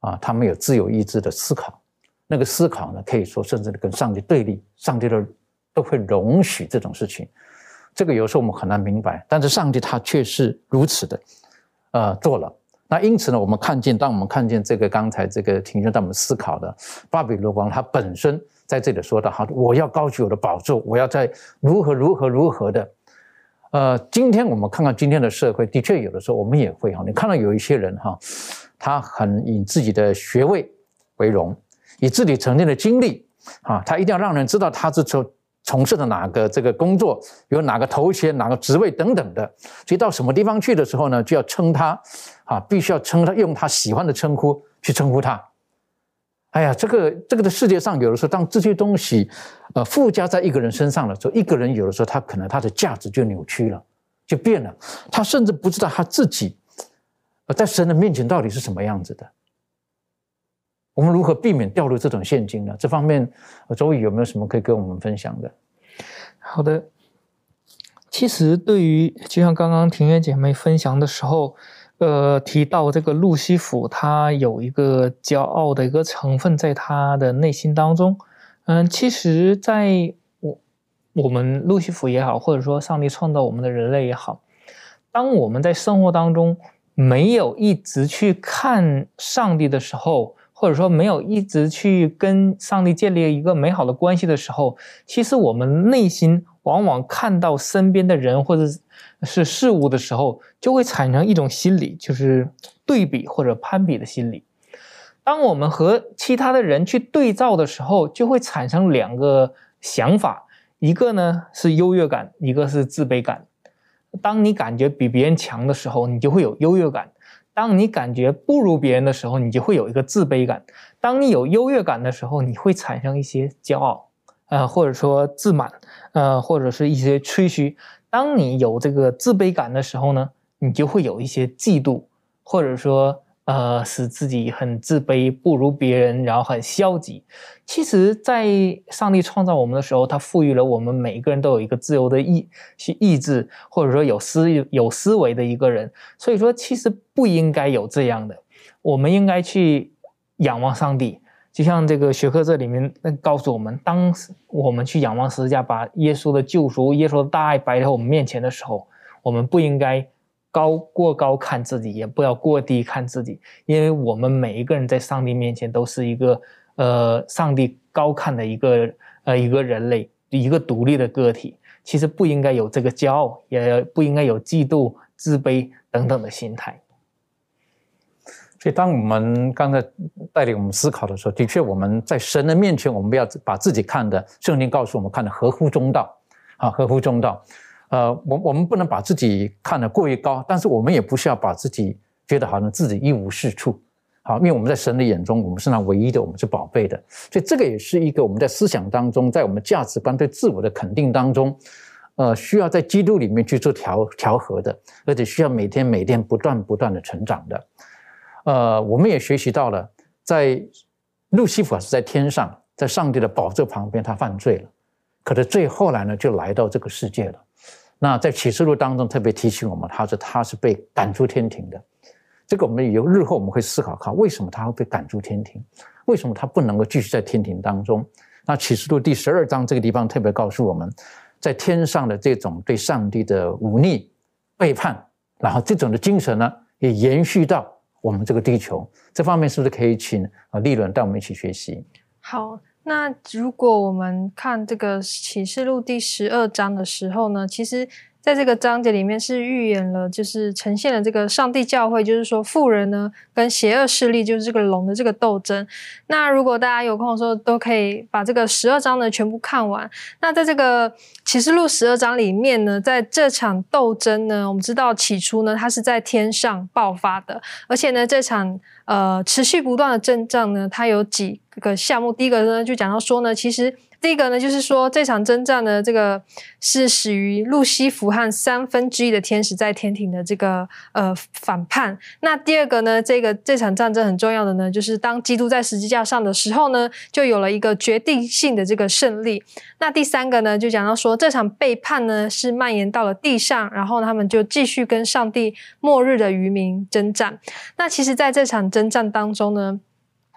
他们有自由意志的思考，那个思考呢，可以说甚至跟上帝对立，上帝都会容许这种事情。这个有时候我们很难明白，但是上帝他却是如此的做了。那因此呢，当我们看见这个刚才这个庭兄带我们思考的巴比伦王，他本身在这里说到，我要高举我的宝座，我要在如何的。今天我们看看今天的社会，的确有的时候我们也会你看到有一些人他很以自己的学位为荣，以自己曾经的经历他一定要让人知道他是从事的哪个这个工作，有哪个头衔，哪个职位等等的，所以到什么地方去的时候呢，就要称他必须要称他，用他喜欢的称呼去称呼他。哎呀，这个的世界上有的时候，当这些东西附加在一个人身上的时候，一个人有的时候他可能他的价值就扭曲了，就变了，他甚至不知道他自己在神的面前到底是什么样子的。我们如何避免掉入这种陷阱呢？这方面周宇有没有什么可以跟我们分享的？
好的，其实对于就像刚刚庭院姐妹分享的时候提到这个路西弗他有一个骄傲的一个成分在他的内心当中。其实在我们路西弗也好，或者说上帝创造我们的人类也好，当我们在生活当中没有一直去看上帝的时候，或者说没有一直去跟上帝建立一个美好的关系的时候，其实我们内心往往看到身边的人或者是事物的时候，就会产生一种心理，就是对比或者攀比的心理。当我们和其他的人去对照的时候，就会产生两个想法，一个呢是优越感，一个是自卑感。当你感觉比别人强的时候，你就会有优越感；当你感觉不如别人的时候，你就会有一个自卑感。当你有优越感的时候，你会产生一些骄傲，或者说自满，或者是一些吹嘘。当你有这个自卑感的时候呢，你就会有一些嫉妒，或者说使自己很自卑，不如别人，然后很消极。其实在上帝创造我们的时候，他赋予了我们每一个人都有一个自由的意志，或者说有思维的一个人。所以说其实不应该有这样的，我们应该去仰望上帝。就像这个学科这里面告诉我们，当我们去仰望十字架，把耶稣的救赎，耶稣的大爱摆在我们面前的时候，我们不应该过高看自己，也不要过低看自己，因为我们每一个人在上帝面前都是一个上帝高看的一个人类，一个独立的个体。其实不应该有这个骄傲，也不应该有嫉妒、自卑等等的心态。
所以当我们刚才带领我们思考的时候，的确我们在神的面前，我们不要把自己看的，圣经告诉我们看的合乎中道，合乎中道。我们不能把自己看得过于高，但是我们也不需要把自己觉得好像自己一无是处。好，因为我们在神的眼中，我们是那唯一的，我们是宝贝的。所以这个也是一个我们在思想当中，在我们价值观对自我的肯定当中，需要在基督里面去做调和的，而且需要每天不断的成长的。我们也学习到了，在路西弗是在天上，在上帝的宝座旁边，他犯罪了，可是最后来呢，就来到这个世界了。那在启示录当中特别提醒我们，他是被赶出天庭的。这个我们日后我们会思考看，为什么他会被赶出天庭？为什么他不能够继续在天庭当中？那启示录第12章这个地方特别告诉我们，在天上的这种对上帝的忤逆、背叛，然后这种的精神呢，也延续到我们这个地球。这方面是不是可以请立伦带我们一起学习？
好，那如果我们看这个启示录第12章的时候呢，其实在这个章节里面是预言了，就是呈现了这个上帝教会，就是说妇人呢跟邪恶势力，就是这个龙的这个斗争。那如果大家有空的时候，都可以把这个12章呢全部看完。那在这个启示录12章里面呢，在这场斗争呢，我们知道起初呢，它是在天上爆发的，而且呢，这场持续不断的征战呢，它有几个项目。第一个呢，就讲到说呢，其实第一个呢，就是说这场征战呢，这个是始于路西弗和1/3的天使在天庭的这个反叛。那第二个呢，这场战争很重要的呢，就是当基督在十字架上的时候呢，就有了一个决定性的这个胜利。那第三个呢，就讲到说这场背叛呢是蔓延到了地上，然后他们就继续跟上帝末日的渔民征战。那其实在这场征战当中呢，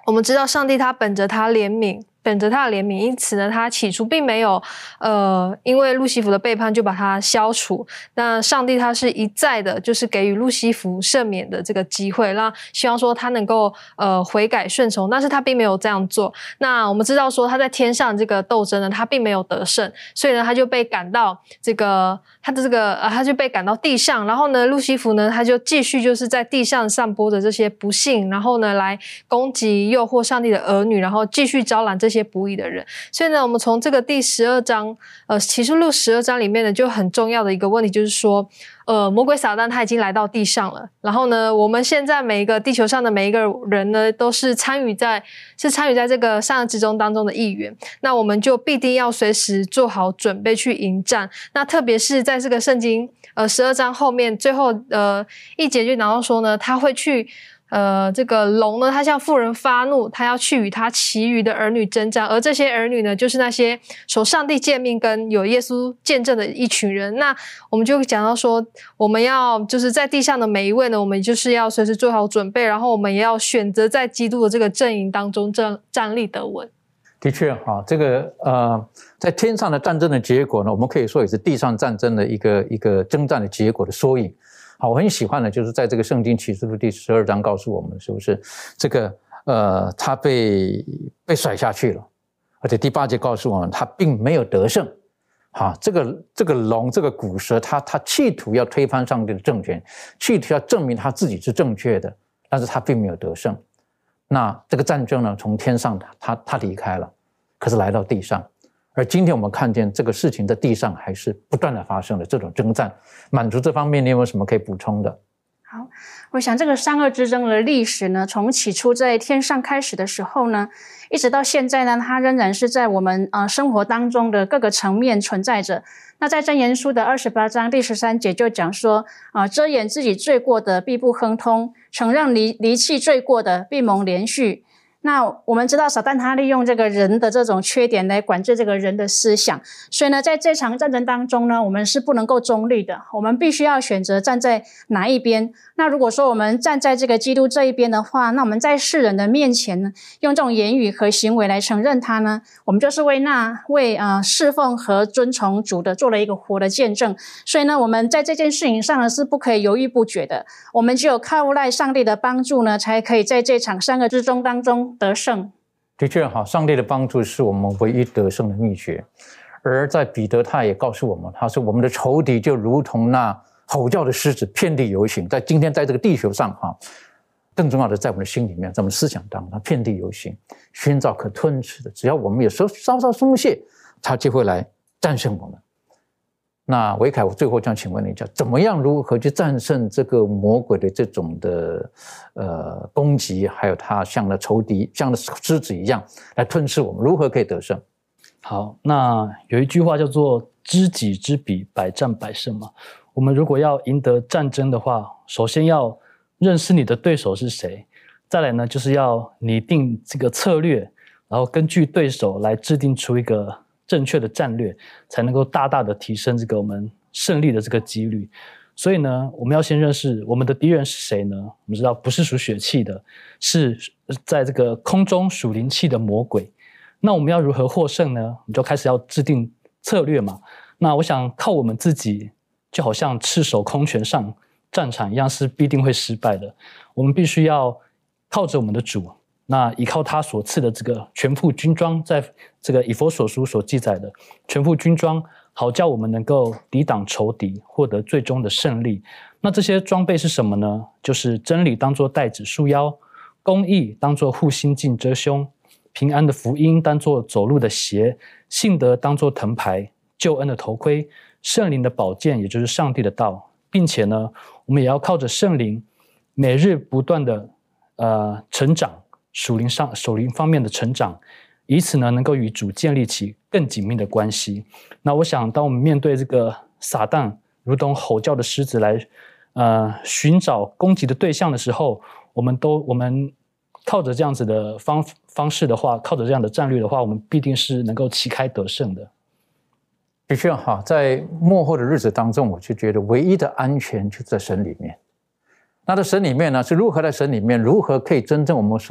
我们知道上帝他本着他的怜悯，因此呢，他起初并没有因为路西弗的背叛就把他消除。那上帝他是一再的，就是给予路西弗赦免的这个机会，那希望说他能够悔改顺从，但是他并没有这样做。那我们知道说他在天上这个斗争呢，他并没有得胜，所以呢，他就被赶到他就被赶到地上，然后呢，路西弗呢，他就继续就是在地上散播着这些不幸，然后呢，来攻击诱惑上帝的儿女，然后继续招揽这些不义的人。所以呢，我们从这个第12章启示录12章里面呢，就很重要的一个问题就是说魔鬼撒旦他已经来到地上了，然后呢，我们现在每一个地球上的每一个人呢，都是参与在这个善恶之中当中的一员，那我们就必定要随时做好准备去迎战。那特别是在这个圣经12章后面最后一节就讲到说呢，他会去这个龙呢，他向妇人发怒，他要去与他其余的儿女征战，而这些儿女呢，就是那些守上帝诫命跟有耶稣见证的一群人。那我们就讲到说，我们要就是在地上的每一位呢，我们就是要随时做好准备，然后我们也要选择在基督的这个阵营当中站立得稳。
的确哈，这个在天上的战争的结果呢，我们可以说也是地上战争的一个征战的结果的缩影。好，我很喜欢的就是在这个圣经启示录第12章告诉我们，是不是这个他被甩下去了，而且第8节告诉我们他并没有得胜。好，这个龙这个古蛇，他企图要推翻上帝的政权，企图要证明他自己是正确的，但是他并没有得胜。那这个战争呢，从天上他离开了，可是来到地上。而今天我们看见这个事情在地上还是不断的发生的这种征战，满足这方面你有没有什么可以补充的？
好，我想这个善恶之争的历史呢，从起初在天上开始的时候呢，一直到现在呢，它仍然是在我们生活当中的各个层面存在着。那在箴言书的28章第13节就讲说遮掩自己罪过的必不亨通，承认离弃罪过的必蒙连续。那我们知道撒旦他利用这个人的这种缺点来管制这个人的思想，所以呢，在这场战争当中呢，我们是不能够中立的，我们必须要选择站在哪一边。那如果说我们站在这个基督这一边的话，那我们在世人的面前呢，用这种言语和行为来承认他呢，我们就是为侍奉和遵从主的做了一个活的见证。所以呢，我们在这件事情上呢是不可以犹豫不决的，我们只有靠赖上帝的帮助呢，才可以在这场善恶之争当中得胜。
的确好，上帝的帮助是我们唯一得胜的秘诀。而在彼得他也告诉我们，他说我们的仇敌就如同那吼叫的狮子，遍地游行。在今天在这个地球上更重要的在我们的心里面，在我们思想当中，它遍地游行，寻找可吞吃的。只要我们有时候稍稍松懈，它就会来战胜我们。那维凯，我最后想请问你一下，怎么样如何去战胜这个魔鬼的这种的攻击，还有他像那仇敌像那狮子一样来吞噬我们，如何可以得胜？
好，那有一句话叫做知己知彼，百战百胜嘛。我们如果要赢得战争的话，首先要认识你的对手是谁，再来呢就是要拟定这个策略，然后根据对手来制定出一个正确的战略，才能够大大的提升这个我们胜利的这个几率。所以呢，我们要先认识我们的敌人是谁呢？我们知道不是属血气的，是在这个空中属灵气的魔鬼。那我们要如何获胜呢？我们就开始要制定策略嘛。那我想靠我们自己，就好像赤手空拳上战场一样，是必定会失败的。我们必须要靠着我们的主，那依靠他所赐的这个全副军装，在这个以弗所书所记载的全副军装，好叫我们能够抵挡仇敌，获得最终的胜利。那这些装备是什么呢？就是真理当作带子束腰，公义当作护心镜遮胸，平安的福音当作走路的鞋，信德当作藤牌，救恩的头盔，圣灵的宝剑也就是上帝的道，并且呢，我们也要靠着圣灵每日不断的成长，属灵方面的成长，以此呢能够与主建立起更紧密的关系。那我想当我们面对这个撒旦如同吼叫的狮子来寻找攻击的对象的时候，我们靠着这样子的方式的话，靠着这样的战略的话，我们必定是能够旗开得胜的。
的确哈，在末后的日子当中，我就觉得唯一的安全就在神里面。那在神里面呢，是如何在神里面，如何可以真正我们说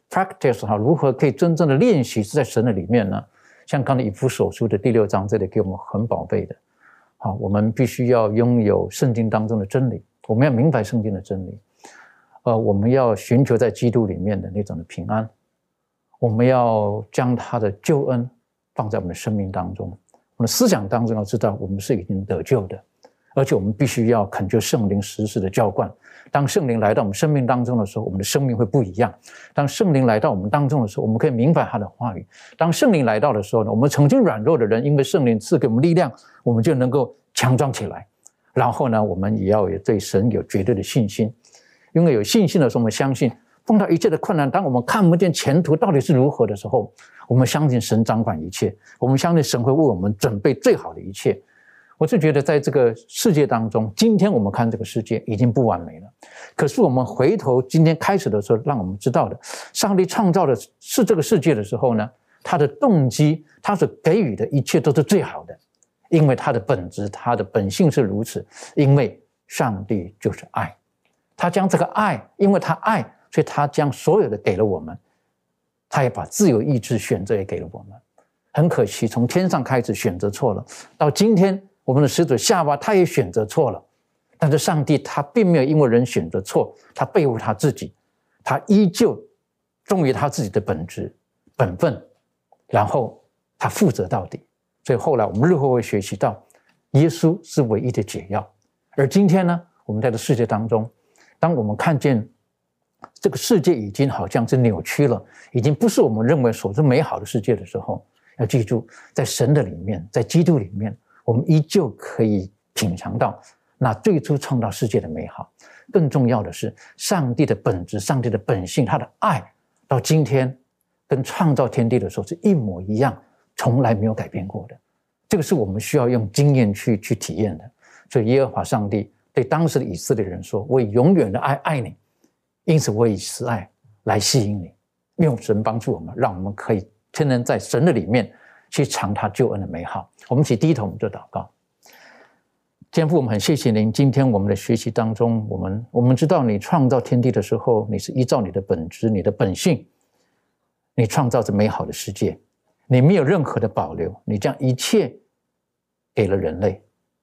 practice 哈，如何可以真正的练习是在神的里面呢？像刚才以弗所书的第6章这里给我们很宝贝的，好，我们必须要拥有圣经当中的真理，我们要明白圣经的真理，我们要寻求在基督里面的那种的平安，我们要将他的救恩放在我们的生命当中，我们的思想当中要知道我们是已经得救的，而且我们必须要恳求圣灵时时的浇灌。当圣灵来到我们生命当中的时候，我们的生命会不一样。当圣灵来到我们当中的时候，我们可以明白他的话语。当圣灵来到的时候呢，我们曾经软弱的人，因为圣灵赐给我们力量，我们就能够强壮起来。然后呢，我们也要对神有绝对的信心，因为有信心的时候，我们相信碰到一切的困难，当我们看不见前途到底是如何的时候，我们相信神掌管一切，我们相信神会为我们准备最好的一切。我就觉得在这个世界当中，今天我们看这个世界已经不完美了，可是我们回头今天开始的时候，让我们知道的，上帝创造的是这个世界的时候呢，他的动机，他所给予的一切都是最好的，因为他的本质，他的本性是如此，因为上帝就是爱，他将这个爱，因为他爱，所以他将所有的给了我们，他也把自由意志选择也给了我们。很可惜，从天上开始选择错了，到今天我们的始祖夏娃他也选择错了，但是上帝他并没有因为人选择错，他背负他自己，他依旧忠于他自己的本质本分，然后他负责到底。所以后来我们日后会学习到，耶稣是唯一的解药。而今天呢，我们在这世界当中，当我们看见这个世界已经好像是扭曲了，已经不是我们认为所谓美好的世界的时候，要记住，在神的里面，在基督里面，我们依旧可以品尝到那最初创造世界的美好。更重要的是，上帝的本质，上帝的本性，他的爱到今天跟创造天地的时候是一模一样，从来没有改变过的。这个是我们需要用经验去体验的。所以耶和华上帝对当时的以色列人说，我以永远的爱爱你，因此我以慈爱来吸引你。用神帮助我们，让我们可以天天在神的里面去尝他救恩的美好。我们一起低头，我们就祷告。天父，我们很谢谢您，今天我们的学习当中，我们知道你创造天地的时候，你是依照你的本质，你的本性，你创造着美好的世界，你没有任何的保留，你将一切给了人类，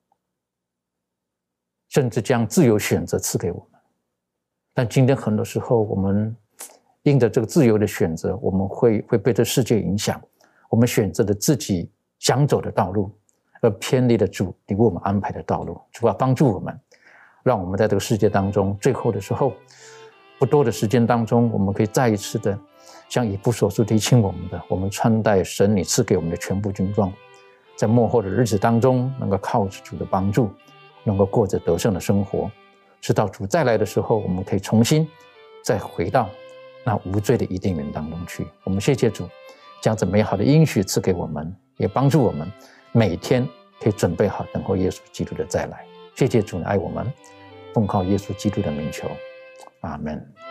甚至将自由选择赐给我们。但今天很多时候，我们因着这个自由的选择，我们会被这世界影响，我们选择了自己想走的道路，而偏离了主你为我们安排的道路。主要帮助我们，让我们在这个世界当中，最后的时候，不多的时间当中，我们可以再一次的像以弗所书提醒我们的，我们穿戴神你赐给我们的全部军装，在末后的日子当中，能够靠着主的帮助，能够过着得胜的生活，直到主再来的时候，我们可以重新再回到那无罪的伊甸园当中去。我们谢谢主，将这美好的应许赐给我们，也帮助我们每天可以准备好等候耶稣基督的再来。谢谢主爱我们，奉靠耶稣基督的名求，阿们。